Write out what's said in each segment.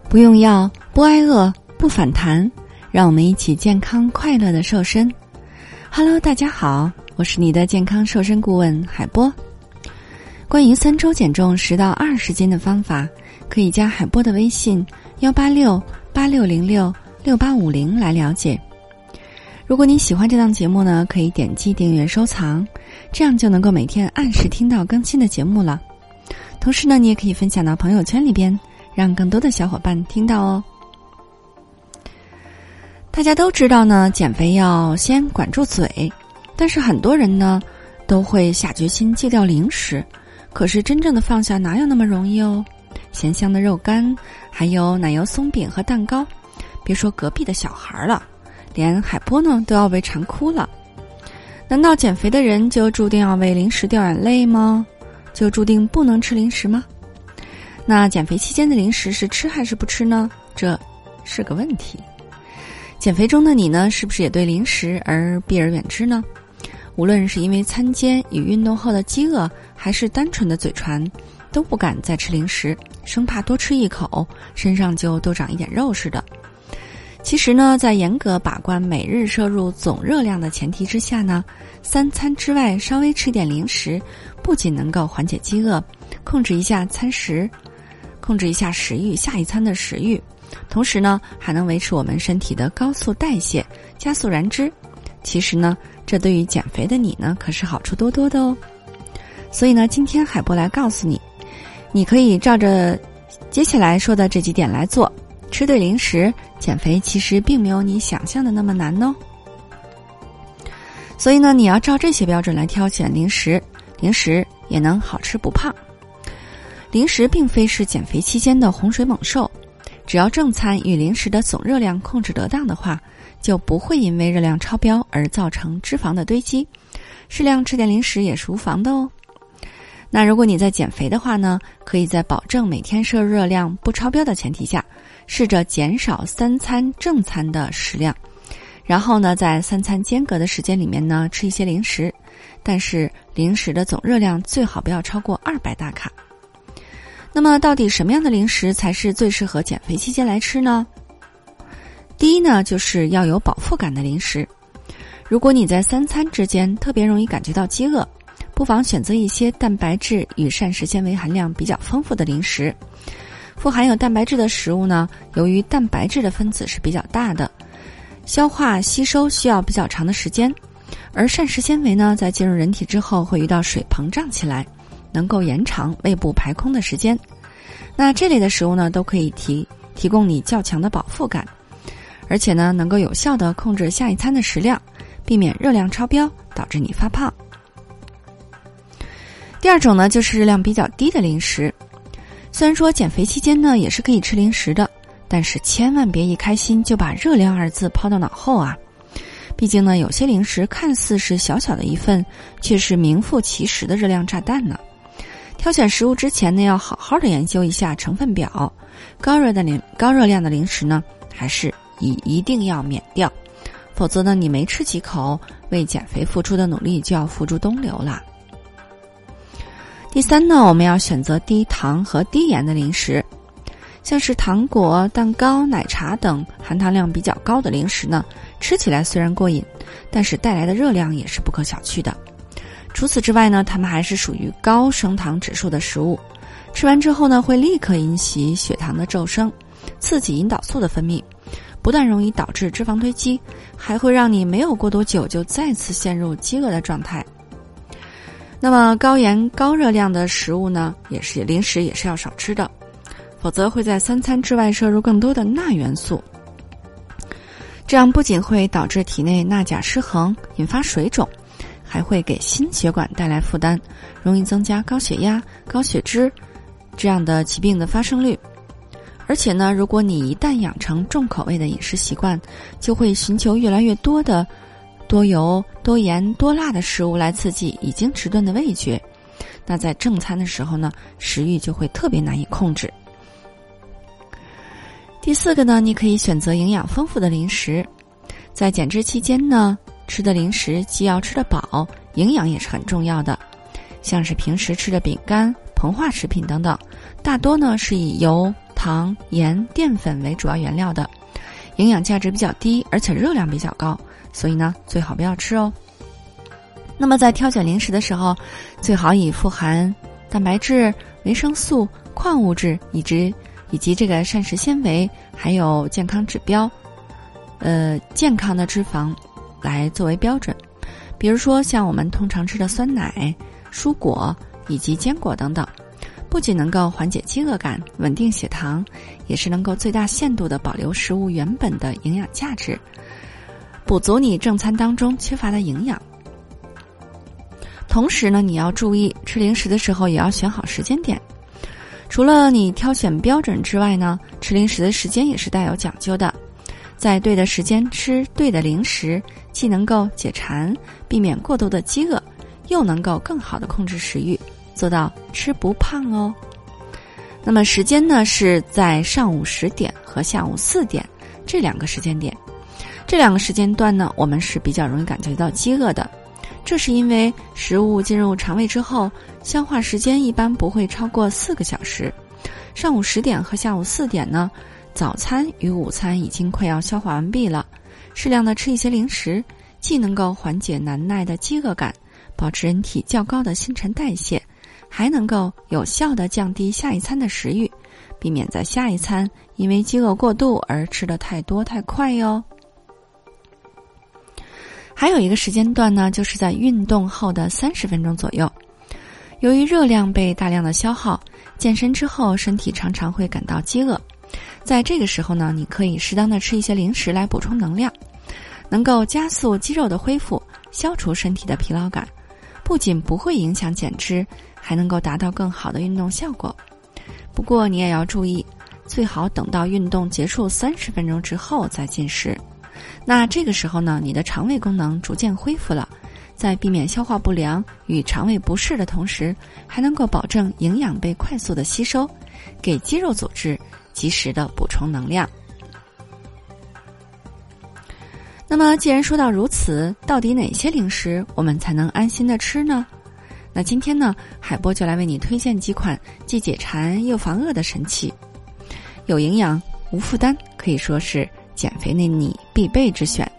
不用药，不挨饿，不反弹，让我们一起健康快乐的瘦身。Hello， 大家好，我是你的健康瘦身顾问海波。关于3周减重10到20斤的方法，可以加海波的微信18686066850来了解。如果你喜欢这档节目呢，可以点击订阅收藏，这样就能够每天按时听到更新的节目了。同时呢，你也可以分享到朋友圈里边，让更多的小伙伴听到哦。大家都知道呢，减肥要先管住嘴，但是很多人呢都会下决心戒掉零食，可是真正的放下哪有那么容易哦？咸香的肉干，还有奶油松饼和蛋糕，别说隔壁的小孩了，连海波呢都要被馋哭了。难道减肥的人就注定要为零食掉眼泪吗？就注定不能吃零食吗？那减肥期间的零食是吃还是不吃呢？这是个问题。减肥中的你呢，是不是也对零食而避而远之呢？无论是因为餐间与运动后的饥饿，还是单纯的嘴馋，都不敢再吃零食，生怕多吃一口身上就多长一点肉似的。其实呢，在严格把关每日摄入总热量的前提之下呢，3餐之外稍微吃点零食，不仅能够缓解饥饿，控制一下食欲，下一餐的食欲，同时呢还能维持我们身体的高速代谢，加速燃脂。其实呢，这对于减肥的你呢可是好处多多的哦。所以呢，今天海波来告诉你，你可以照着接下来说的这几点来做，吃对零食，减肥其实并没有你想象的那么难哦。所以呢，你要照这些标准来挑选零食，零食也能好吃不胖。零食并非是减肥期间的洪水猛兽，只要正餐与零食的总热量控制得当的话，就不会因为热量超标而造成脂肪的堆积，适量吃点零食也是无妨的哦。那如果你在减肥的话呢，可以在保证每天摄入热量不超标的前提下，试着减少3餐正餐的食量，然后呢，在3餐间隔的时间里面呢，吃一些零食，但是零食的总热量最好不要超过200大卡。那么到底什么样的零食才是最适合减肥期间来吃呢？第一呢，就是要有饱腹感的零食。如果你在3餐之间特别容易感觉到饥饿，不妨选择一些蛋白质与膳食纤维含量比较丰富的零食。富含有蛋白质的食物呢，由于蛋白质的分子是比较大的，消化吸收需要比较长的时间，而膳食纤维呢，在进入人体之后会遇到水膨胀起来，能够延长胃部排空的时间。那这类的食物呢，都可以提供你较强的饱腹感，而且呢，能够有效地控制下一餐的食量，避免热量超标导致你发胖。第二种呢，就是热量比较低的零食。虽然说减肥期间呢也是可以吃零食的，但是千万别一开心就把热量2字抛到脑后啊。毕竟呢，有些零食看似是小小的一份，却是名副其实的热量炸弹呢。挑选食物之前呢，要好好的研究一下成分表，高热量的零食呢，还是一定要免掉，否则呢，你没吃几口，为减肥付出的努力就要付诸东流了。第三呢，我们要选择低糖和低盐的零食，像是糖果、蛋糕、奶茶等含糖量比较高的零食呢，吃起来虽然过瘾，但是带来的热量也是不可小觑的。除此之外呢，它们还是属于高升糖指数的食物，吃完之后呢，会立刻引起血糖的骤升，刺激胰岛素的分泌，不但容易导致脂肪堆积，还会让你没有过多久就再次陷入饥饿的状态。那么高盐高热量的食物呢，零食也是要少吃的，否则会在3餐之外摄入更多的钠元素，这样不仅会导致体内钠钾失衡，引发水肿，还会给心血管带来负担，容易增加高血压、高血脂这样的疾病的发生率。而且呢，如果你一旦养成重口味的饮食习惯，就会寻求越来越多的多油、多盐、多辣的食物来刺激已经迟钝的味觉，那在正餐的时候呢，食欲就会特别难以控制。第4个呢，你可以选择营养丰富的零食。在减脂期间呢，吃的零食既要吃得饱，营养也是很重要的。像是平时吃的饼干、膨化食品等等，大多呢是以油、 糖、盐、淀粉为主要原料的，营养价值比较低，而且热量比较高，所以呢，最好不要吃哦。那么在挑选零食的时候，最好以富含蛋白质、维生素、矿物质以及这个膳食纤维，还有健康指标，健康的脂肪来作为标准。比如说像我们通常吃的酸奶、蔬果以及坚果等等，不仅能够缓解饥饿感、稳定血糖，也是能够最大限度地保留食物原本的营养价值，补足你正餐当中缺乏的营养。同时呢，你要注意吃零食的时候也要选好时间点。除了你挑选标准之外呢，吃零食的时间也是带有讲究的。在对的时间吃对的零食，既能够解馋，避免过度的饥饿，又能够更好的控制食欲，做到吃不胖哦。那么时间呢，是在上午10点和下午4点这2个时间点。这2个时间段呢，我们是比较容易感觉到饥饿的。这是因为食物进入肠胃之后，消化时间一般不会超过4个小时。上午10点和下午4点呢，早餐与午餐已经快要消化完毕了。适量的吃一些零食，既能够缓解难耐的饥饿感，保持人体较高的新陈代谢，还能够有效地降低下一餐的食欲，避免在下一餐因为饥饿过度而吃得太多太快哟。还有一个时间段呢，就是在运动后的30分钟左右。由于热量被大量的消耗，健身之后身体常常会感到饥饿。在这个时候呢，你可以适当的吃一些零食来补充能量，能够加速肌肉的恢复，消除身体的疲劳感，不仅不会影响减脂，还能够达到更好的运动效果。不过你也要注意，最好等到运动结束30分钟之后再进食。那这个时候呢，你的肠胃功能逐渐恢复了，在避免消化不良与肠胃不适的同时，还能够保证营养被快速的吸收，给肌肉组织及时的补充能量。那么既然说到如此，到底哪些零食我们才能安心的吃呢？那今天呢，海波就来为你推荐几款既解馋又防饿的神器，有营养无负担，可以说是减肥的你必备之选。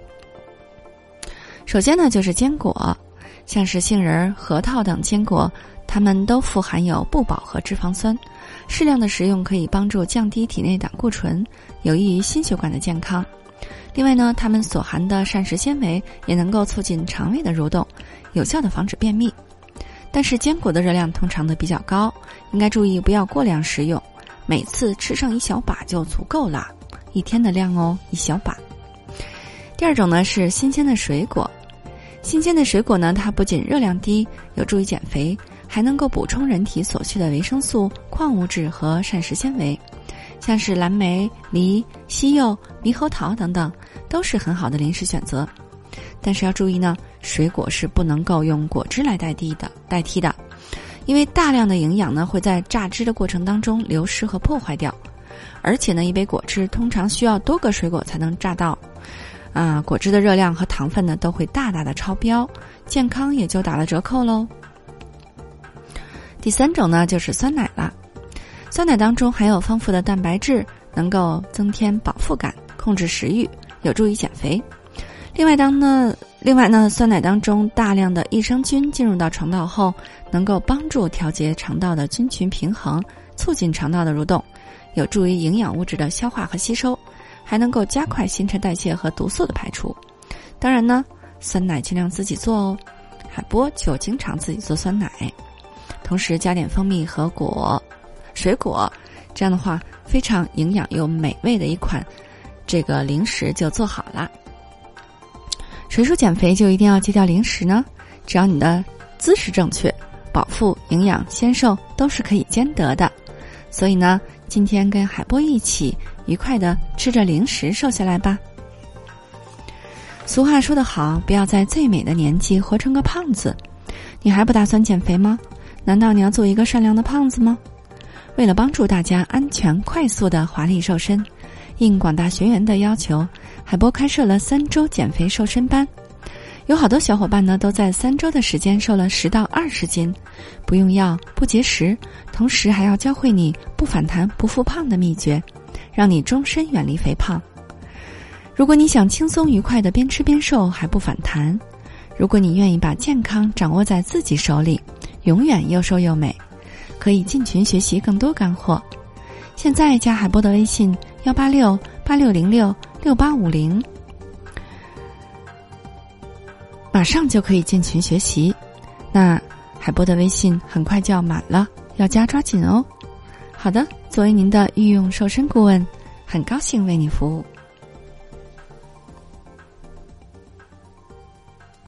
首先呢，就是坚果，像是杏仁、核桃等坚果，它们都富含有不饱和脂肪酸，适量的食用可以帮助降低体内胆固醇，有益于心血管的健康。另外呢，它们所含的膳食纤维也能够促进肠胃的蠕动，有效的防止便秘。但是坚果的热量通常都比较高，应该注意不要过量食用，每次吃上1小把就足够了，1天的量哦，1小把。第二种呢是新鲜的水果。新鲜的水果呢，它不仅热量低，有助于减肥，还能够补充人体所需的维生素、矿物质和膳食纤维。像是蓝莓、梨、西柚、猕猴桃等等，都是很好的零食选择。但是要注意呢，水果是不能够用果汁来代替的，因为大量的营养呢会在榨汁的过程当中流失和破坏掉，而且呢，一杯果汁通常需要多个水果才能榨到，果汁的热量和糖分呢都会大大的超标，健康也就打了折扣喽。第三种呢就是酸奶了。酸奶当中含有丰富的蛋白质，能够增添饱腹感，控制食欲，有助于减肥。另外呢，酸奶当中大量的益生菌进入到肠道后，能够帮助调节肠道的菌群平衡，促进肠道的蠕动，有助于营养物质的消化和吸收，还能够加快新陈代谢和毒素的排除。当然呢，酸奶尽量自己做哦，海波就经常自己做酸奶，同时加点蜂蜜和水果，这样的话非常营养又美味的一款这个零食就做好了。谁说减肥就一定要戒掉零食呢？只要你的姿势正确，饱腹、营养、纤瘦都是可以兼得的。所以呢，今天跟海波一起愉快的吃着零食瘦下来吧。俗话说得好，不要在最美的年纪活成个胖子。你还不打算减肥吗？难道你要做一个善良的胖子吗？为了帮助大家安全快速的华丽瘦身，应广大学员的要求，海波开设了3周减肥瘦身班。 有好多小伙伴呢都在3周的时间瘦了10到20斤，不用药不节食，同时还要教会你不反弹不复胖的秘诀，让你终身远离肥胖。如果你想轻松愉快的边吃边瘦还不反弹，如果你愿意把健康掌握在自己手里，永远又瘦又美，可以进群学习更多干货。现在加海波的微信18686066850，马上就可以进群学习。那海波的微信很快就要满了，要加抓紧哦。好的，作为您的御用瘦身顾问，很高兴为你服务。